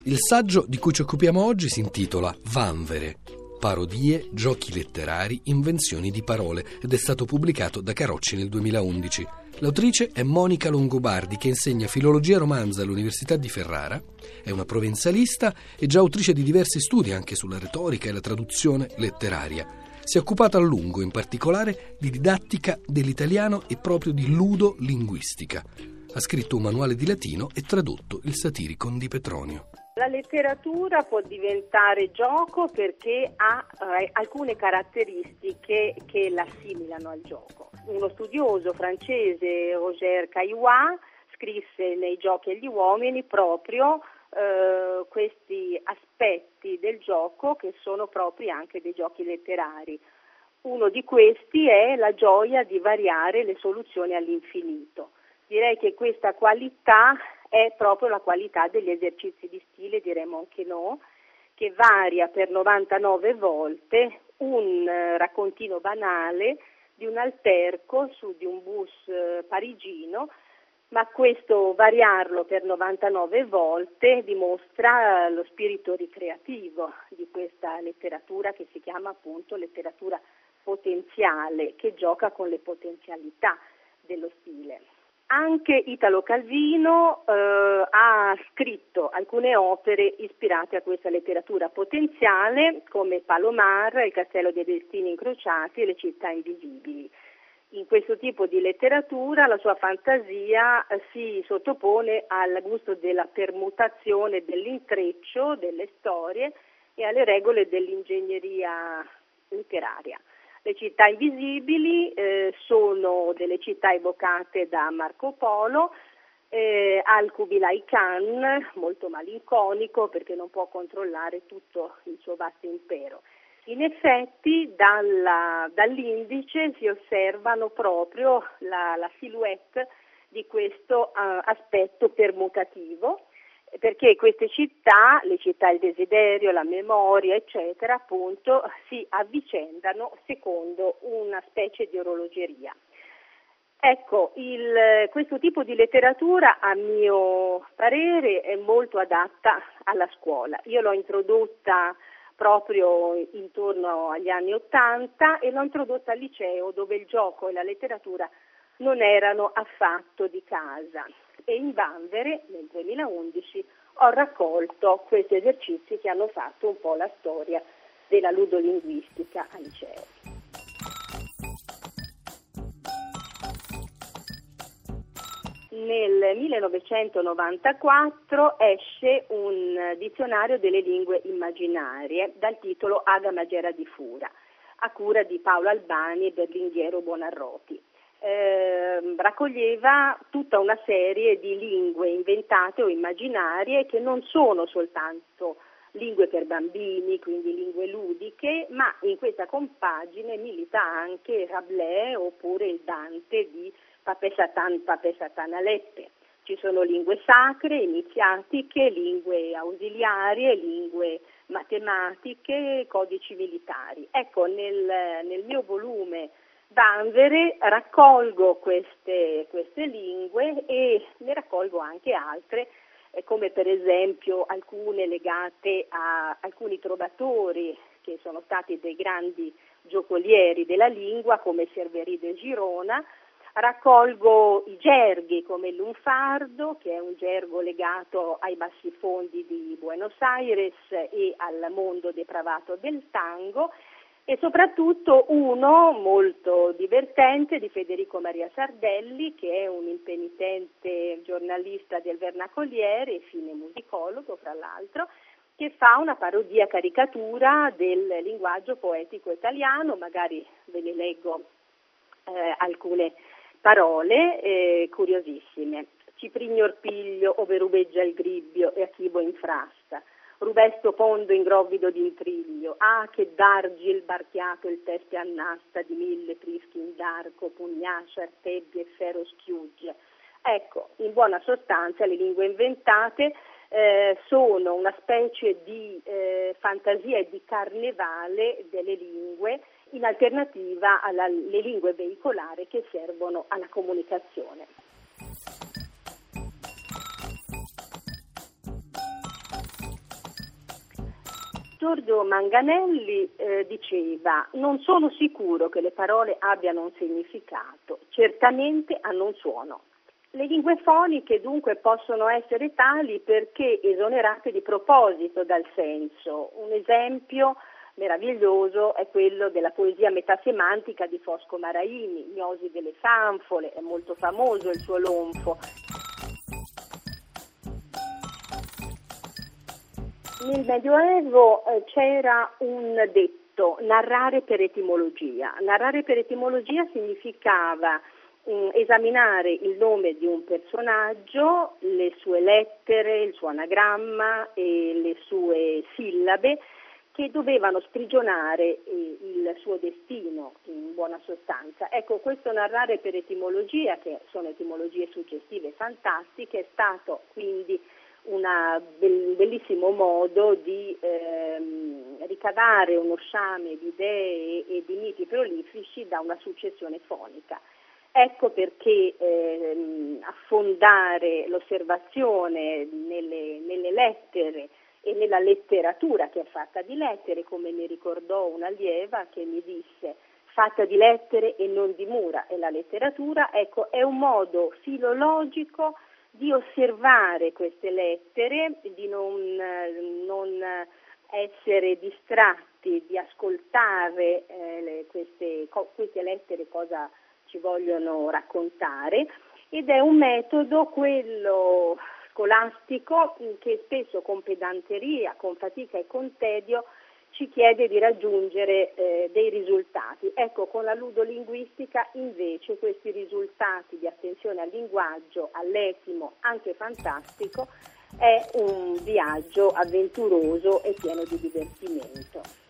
Il saggio di cui ci occupiamo oggi si intitola Vanvere, parodie, giochi letterari, invenzioni di parole ed è stato pubblicato da Carocci nel 2011. L'autrice è Monica Longobardi, che insegna filologia romanza all'Università di Ferrara, è una provenzalista e già autrice di diversi studi anche sulla retorica e la traduzione letteraria. Si è occupata a lungo, in particolare, di didattica dell'italiano e proprio di ludolinguistica. Ha scritto un manuale di latino e tradotto il Satiricon di Petronio. La letteratura può diventare gioco perché ha alcune caratteristiche che l'assimilano al gioco. Uno studioso francese, Roger Caillois, scrisse nei Giochi e gli uomini proprio questi aspetti del gioco che sono propri anche dei giochi letterari. Uno di questi è la gioia di variare le soluzioni all'infinito. Direi che questa qualità è proprio la qualità degli esercizi di stile di Raymond Queneau, che varia per 99 volte un raccontino banale di un alterco su di un bus parigino, ma questo variarlo per 99 volte dimostra lo spirito ricreativo di questa letteratura che si chiama appunto letteratura potenziale, che gioca con le potenzialità dello stile. Anche Italo Calvino ha scritto alcune opere ispirate a questa letteratura potenziale, come Palomar, Il castello dei destini incrociati e Le città invisibili. In questo tipo di letteratura la sua fantasia si sottopone al gusto della permutazione, dell'intreccio delle storie e alle regole dell'ingegneria letteraria. Le città invisibili sono delle città evocate da Marco Polo, al Kubilai Khan, molto malinconico perché non può controllare tutto il suo vasto impero. In effetti dall'indice si osservano proprio la silhouette di questo aspetto permutativo, perché queste città, le città del desiderio, la memoria, eccetera, appunto, si avvicendano secondo una specie di orologeria. Ecco, questo tipo di letteratura, a mio parere, è molto adatta alla scuola. Io l'ho introdotta proprio intorno agli anni '80 e l'ho introdotta al liceo, dove il gioco e la letteratura non erano affatto di casa. E in Vanvere, nel 2011, ho raccolto questi esercizi che hanno fatto un po' la storia della ludolinguistica al liceo. Nel 1994 esce un dizionario delle lingue immaginarie dal titolo Ada Magera di Fura, a cura di Paolo Albani e Berlinghiero Buonarroti. Raccoglieva tutta una serie di lingue inventate o immaginarie che non sono soltanto lingue per bambini, quindi lingue ludiche, ma in questa compagine milita anche Rabelais oppure il Dante di Papè Satan Aleppe. Ci sono lingue sacre, iniziatiche, lingue ausiliarie, lingue matematiche, codici militari. Ecco, nel mio volume Vanvere raccolgo queste lingue e ne raccolgo anche altre, come per esempio alcune legate a alcuni trovatori che sono stati dei grandi giocolieri della lingua, come Cerveri de Girona. Raccolgo i gerghi come il lunfardo, che è un gergo legato ai bassifondi di Buenos Aires e al mondo depravato del tango, e soprattutto uno molto divertente di Federico Maria Sardelli, che è un impenitente giornalista del Vernacoliere e fine musicologo, fra l'altro, che fa una parodia caricatura del linguaggio poetico italiano. Magari ve ne leggo alcune parole curiosissime. Ciprigno Orpiglio, ove rubeggia il gribbio e Achibo in frasta. Rubesto pondo ingrovvido d'intriglio, che d'argil barchiato il teste annasta di 1000 prischi in d'arco, pugnascia, artebbie e ferro schiugge. Ecco, in buona sostanza le lingue inventate sono una specie di fantasia e di carnevale delle lingue, in alternativa alle lingue veicolari che servono alla comunicazione. Giorgio Manganelli diceva: non sono sicuro che le parole abbiano un significato, certamente hanno un suono. Le lingue foniche dunque possono essere tali perché esonerate di proposito dal senso. Un esempio meraviglioso è quello della poesia metasemantica di Fosco Maraini, Gnosi delle fanfole, è molto famoso il suo lonfo. Nel Medioevo c'era un detto, narrare per etimologia. Narrare per etimologia significava esaminare il nome di un personaggio, le sue lettere, il suo anagramma e le sue sillabe che dovevano sprigionare il suo destino, in buona sostanza. Ecco, questo narrare per etimologia, che sono etimologie suggestive fantastiche, è stato quindi un bellissimo modo di ricavare uno sciame di idee e di miti prolifici da una successione fonica. Ecco perché affondare l'osservazione nelle lettere e nella letteratura, che è fatta di lettere, come mi ricordò un'allieva che mi disse: fatta di lettere e non di mura è la letteratura. Ecco, è un modo filologico di osservare queste lettere, di non essere distratti, di ascoltare queste lettere cosa ci vogliono raccontare, ed è un metodo, quello scolastico, che spesso con pedanteria, con fatica e con tedio ci chiede di raggiungere dei risultati. Ecco, con la ludolinguistica invece questi risultati di attenzione al linguaggio, all'etimo, anche fantastico, è un viaggio avventuroso e pieno di divertimento.